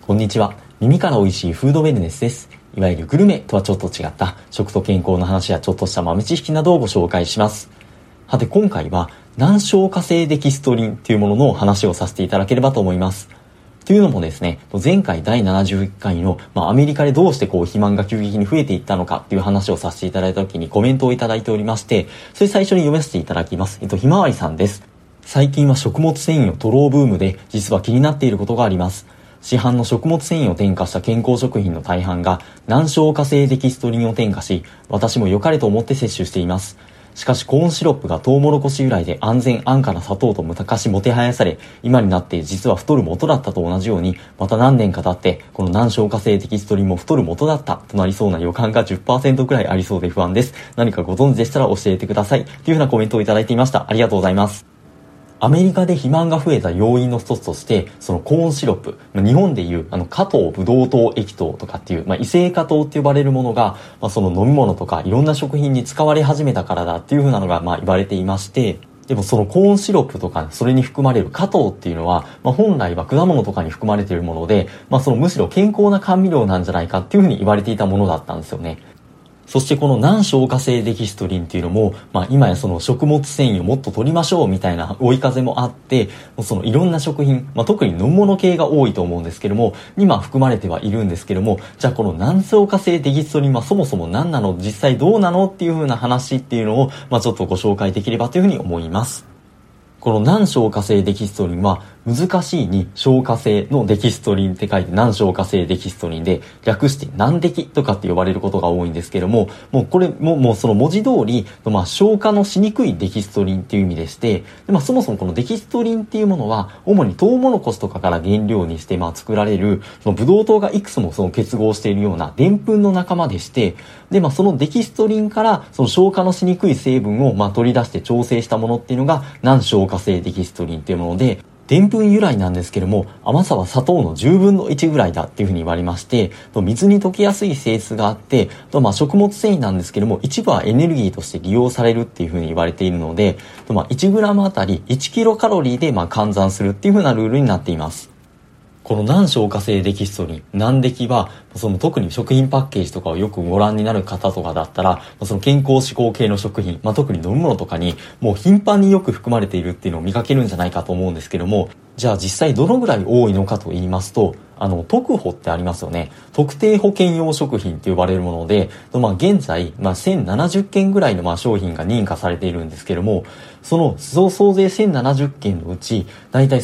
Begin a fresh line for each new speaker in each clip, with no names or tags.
こんにちは。耳から美味しいフードウェルネスです。いわゆるグルメとはちょっと違った食と健康の話やちょっとした豆知識などをご紹介します。さて今回は難消化性デキストリンというものの話をさせていただければと思います。というのもですね、前回第71回の、アメリカでどうして肥満が急激に増えていったのかっていう話をさせていただいた時にコメントをいただいておりまして、それ最初に読ませていただきます。ひまわりさんです。最近は食物繊維のトローブームで実は気になっていることがあります。市販の食物繊維を添加した健康食品の大半が難消化性デキストリンを添加し、私も良かれと思って摂取しています。しかしコーンシロップがトウモロコシ由来で安全安価な砂糖と昔もてはやされ、今になって実は太る元だったと同じように、また何年か経ってこの難消化性デキストリンも太る元だったとなりそうな予感が 10% くらいありそうで不安です。何かご存知でしたら教えてくださいというふうなコメントをいただいていました。ありがとうございます。アメリカで肥満が増えた要因の一つとして、そのコーンシロップ、日本でいう加糖ブドウ糖液糖とかっていう、異性化糖って呼ばれるものが、その飲み物とかいろんな食品に使われ始めたからだっていう風なのが言われていまして、でもそのコーンシロップとかそれに含まれる加糖っていうのは、本来は果物とかに含まれているもので、そのむしろ健康な甘味料なんじゃないかっていう風に言われていたものだったんですよね。そしてこの難消化性デキストリンっていうのも、今やその食物繊維をもっと取りましょうみたいな追い風もあって、そのいろんな食品、特に飲み物系が多いと思うんですけども、に含まれてはいるんですけども、じゃあこの難消化性デキストリンはそもそも何なの、実際どうなのっていう風な話っていうのを、ちょっとご紹介できればというふうに思います。この難消化性デキストリンは難しいに消化性のデキストリンって書いて難消化性デキストリンで、略して難デキとかって呼ばれることが多いんですけども、これもその文字通り、消化のしにくいデキストリンっていう意味でして、でそもそもこのデキストリンっていうものは主にトウモロコシとかから原料にして作られるそのブドウ糖がいくつもその結合しているような澱粉の仲間でして、でそのデキストリンからその消化のしにくい成分を取り出して調整したものっていうのが難消化性デキストリンっていうもので、澱粉由来なんですけども、甘さは砂糖の10分の1ぐらいだっていうふうに言われまして、水に溶けやすい性質があって、食物繊維なんですけども、一部はエネルギーとして利用されるっていうふうに言われているので、1g あたり1キロカロリーで換算するっていうふうなルールになっています。この難消化性デキストリン、難デキは、特に食品パッケージとかをよくご覧になる方とかだったら、その健康志向系の食品、特に飲み物とかにもう頻繁によく含まれているっていうのを見かけるんじゃないかと思うんですけども、じゃあ実際どのぐらい多いのかと言いますと、特保ってありますよね。特定保険用食品って呼ばれるもので、現在、1070件ぐらいの商品が認可されているんですけども、その総勢1070件のうち、だいたい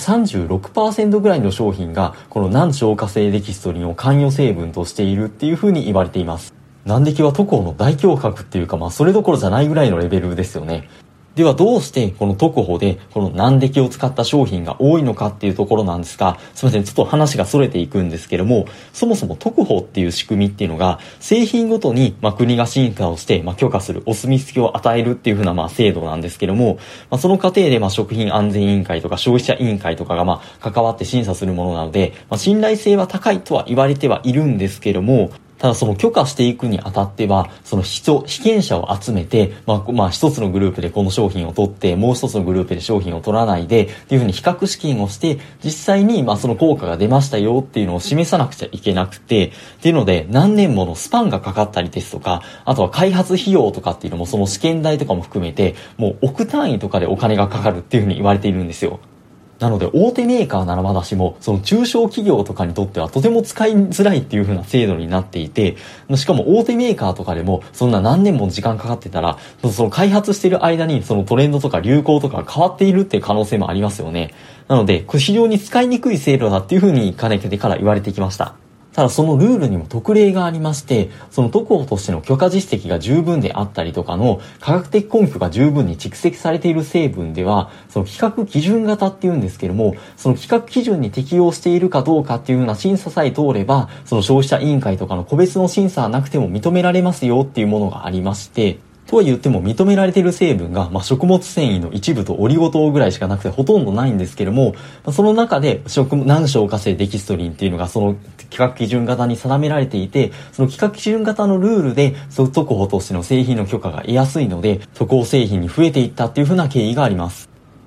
36% ぐらいの商品が、この難消化性デキストリンを関与成分としているっていうふうに言われています。難デキは特保の大驚愕っていうか、それどころじゃないぐらいのレベルですよね。ではどうしてこの特保でこの難デキを使った商品が多いのかっていうところなんですが、すみません、ちょっと話が逸れていくんですけども、そもそも特保っていう仕組みっていうのが製品ごとに国が審査をして許可するお墨付きを与えるっていう風な制度なんですけども、その過程で食品安全委員会とか消費者委員会とかが関わって審査するものなので、信頼性は高いとは言われてはいるんですけども、ただその許可していくにあたっては、その被験者を集めて、一つのグループでこの商品を取って、もう一つのグループで商品を取らないで、っていうふうに比較試験をして、実際にその効果が出ましたよっていうのを示さなくちゃいけなくて、っていうので何年ものスパンがかかったりですとか、あとは開発費用とかっていうのもその試験代とかも含めて、もう億単位とかでお金がかかるっていうふうに言われているんですよ。なので大手メーカーならまだしも、その中小企業とかにとってはとても使いづらいっていう風な制度になっていて、しかも大手メーカーとかでもそんな何年も時間かかってたら、その開発している間にそのトレンドとか流行とか変わっているっていう可能性もありますよね。なので、これ非常に使いにくい制度だっていう風にかねてから言われてきました。ただそのルールにも特例がありまして、その特保としての許可実績が十分であったりとかの科学的根拠が十分に蓄積されている成分では、その規格基準型っていうんですけども、その規格基準に適用しているかどうかっていうような審査さえ通れば、その消費者委員会とかの個別の審査はなくても認められますよっていうものがありまして、とは言っても認められている成分が、食物繊維の一部とオリゴ糖ぐらいしかなくてほとんどないんですけども、その中で難消化性デキストリンっていうのがその規格基準型に定められていて、その規格基準型のルールで特保としての製品の許可が得やすいので、特保製品に増えていったっていう風な経緯があります。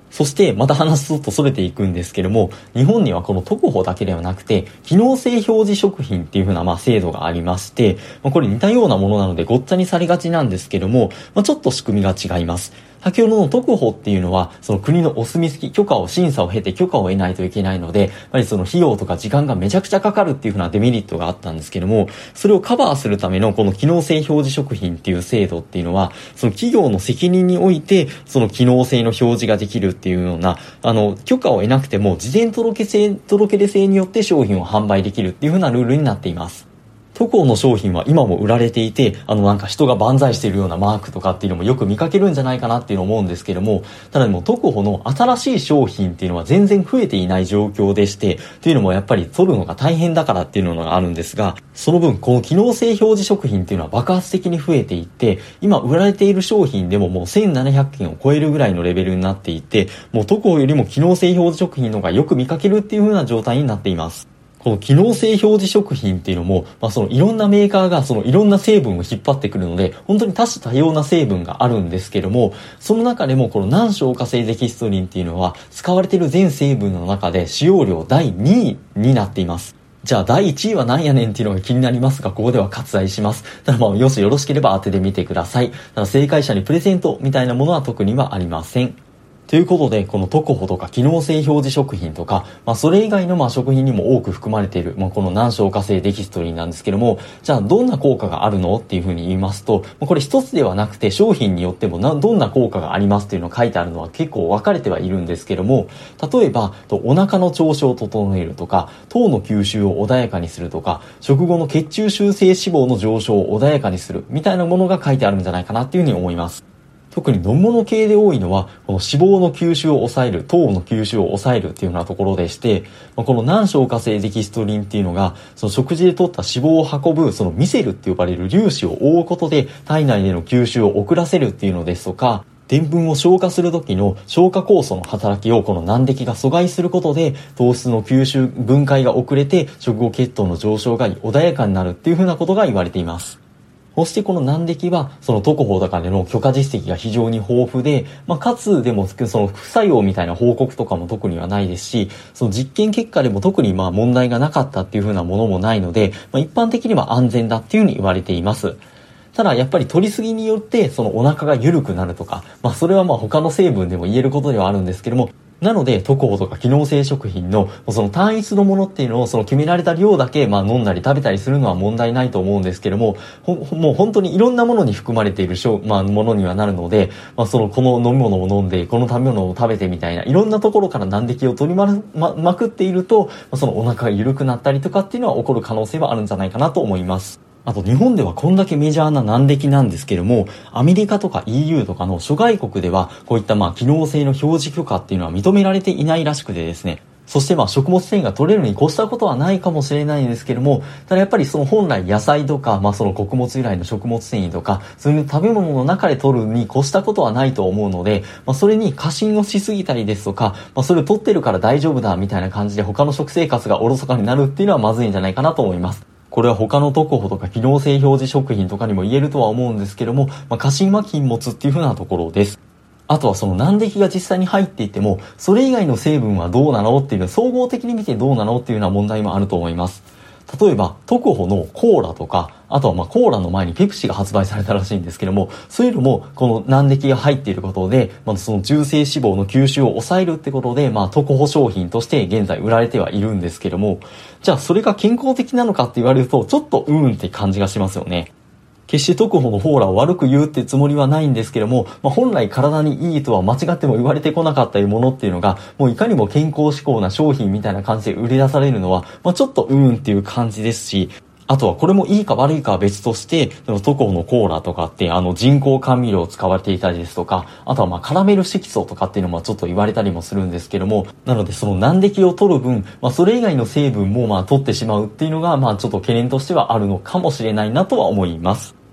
そしてまた話すとそれていくんですけども、日本にはこのトクホだけではなくて、機能性表示食品っていう風な制度がありまして、これ似たようなものなのでごっちゃにされがちなんですけども、ちょっと仕組みが違います。先ほどのトクホっていうのは、その国のお墨付き、審査を経て許可を得ないといけないので、やっぱりその費用とか時間がめちゃくちゃかかるっていう風なデメリットがあったんですけども、それをカバーするためのこの機能性表示食品っていう制度っていうのは、その企業の責任において、その機能性の表示ができるっていうような、許可を得なくても、事前届け出制によって商品を販売できるっていう風なルールになっています。トクホの商品は今も売られていて、なんか人が万歳しているようなマークとかっていうのもよく見かけるんじゃないかなっていうのを思うんですけども、ただでもトクホの新しい商品っていうのは全然増えていない状況でして、というのもやっぱり取るのが大変だからっていうのがあるんですが、その分この機能性表示食品っていうのは爆発的に増えていって、今売られている商品でももう1700件を超えるぐらいのレベルになっていて、もうトクホよりも機能性表示食品の方がよく見かけるっていう風な状態になっています。この機能性表示食品っていうのも、そのいろんなメーカーがそのいろんな成分を引っ張ってくるので、本当に多種多様な成分があるんですけども、その中でもこの難消化性デキストリンっていうのは、使われている全成分の中で使用量第2位になっています。じゃあ第1位は何やねんっていうのが気になりますが、ここでは割愛します。ただよろしければ当ててみてください。ただ正解者にプレゼントみたいなものは特にはありません。ということで、このトクホとか機能性表示食品とか、それ以外の食品にも多く含まれている、この難消化性デキストリンなんですけども、じゃあどんな効果があるのっていうふうに言いますと、これ一つではなくて商品によってもどんな効果がありますっていうのが書いてあるのは結構分かれてはいるんですけども、例えば、お腹の調子を整えるとか、糖の吸収を穏やかにするとか、食後の血中中性脂肪の上昇を穏やかにするみたいなものが書いてあるんじゃないかなっていうふうに思います。特に飲み物系で多いのは、この脂肪の吸収を抑える、糖の吸収を抑えるっていうようなところでして、この難消化性デキストリンっていうのが、その食事で取った脂肪を運ぶ、そのミセルって呼ばれる粒子を覆うことで、体内での吸収を遅らせるっていうのですとか、でんぷんを消化する時の消化酵素の働きをこの難敵が阻害することで、糖質の吸収分解が遅れて、食後血糖の上昇が穏やかになるっていうふうなことが言われています。そしてこの難敵は、そのトクホとかでの許可実績が非常に豊富で、かつでもその副作用みたいな報告とかも特にはないですし、その実験結果でも特に問題がなかったっていう風なものもないので、一般的には安全だっていう風に言われています。ただやっぱり摂りすぎによってそのお腹が緩くなるとか、それは他の成分でも言えることではあるんですけども、なので、トクホとか機能性食品のその単一のものっていうのをその決められた量だけ飲んだり食べたりするのは問題ないと思うんですけども、もう本当にいろんなものに含まれているものにはなるので、この飲み物を飲んで、この食べ物を食べてみたいな、いろんなところから難敵を取りまくっていると、そのお腹が緩くなったりとかっていうのは起こる可能性はあるんじゃないかなと思います。あと日本ではこんだけメジャーな難敵なんですけども、アメリカとか EU とかの諸外国ではこういった機能性の表示許可っていうのは認められていないらしくてですね、そして食物繊維が取れるに越したことはないかもしれないんですけども、ただやっぱりその本来野菜とか、その穀物由来の食物繊維とか、そういう食べ物の中で取るに越したことはないと思うので、それに過信をしすぎたりですとか、それを取ってるから大丈夫だみたいな感じで他の食生活がおろそかになるっていうのはまずいんじゃないかなと思います。これは他のトクホとか機能性表示食品とかにも言えるとは思うんですけども、過信は禁物っていう風なところです。あとはその難敵が実際に入っていても、それ以外の成分はどうなのっていうのを総合的に見てどうなのっていうような問題もあると思います。例えばトクホのコーラとか、あとはコーラの前にペプシが発売されたらしいんですけども、そういうのもこの難敵が入っていることで、その中性脂肪の吸収を抑えるってことで、トクホ商品として現在売られてはいるんですけども、じゃあそれが健康的なのかって言われるとちょっとって感じがしますよね。決してトクホのコーラを悪く言うってつもりはないんですけども、本来体にいいとは間違っても言われてこなかったものっていうのが、もういかにも健康志向な商品みたいな感じで売り出されるのは、ちょっとっていう感じですし、あとはこれもいいか悪いかは別として、トクホのコーラとかって人工甘味料を使われていたりですとか、あとはカラメル色素とかっていうのもちょっと言われたりもするんですけども、なのでその難敵を取る分、それ以外の成分も取ってしまうっていうのが、ちょっと懸念としてはあるのかもしれないなとは思います。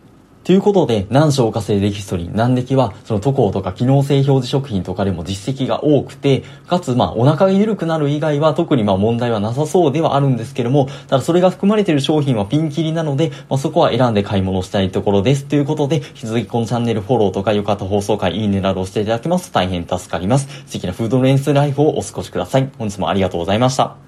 ということで、難消化性デキストリン、難デキは、その渡航とか機能性表示食品とかでも実績が多くて、かつ、お腹が緩くなる以外は特に問題はなさそうではあるんですけども、ただそれが含まれている商品はピンキリなので、そこは選んで買い物したいところです。ということで、引き続きこのチャンネルフォローとか良かった放送回、いいねなどをしていただけますと大変助かります。素敵なフードレンスライフをお過ごしください。本日もありがとうございました。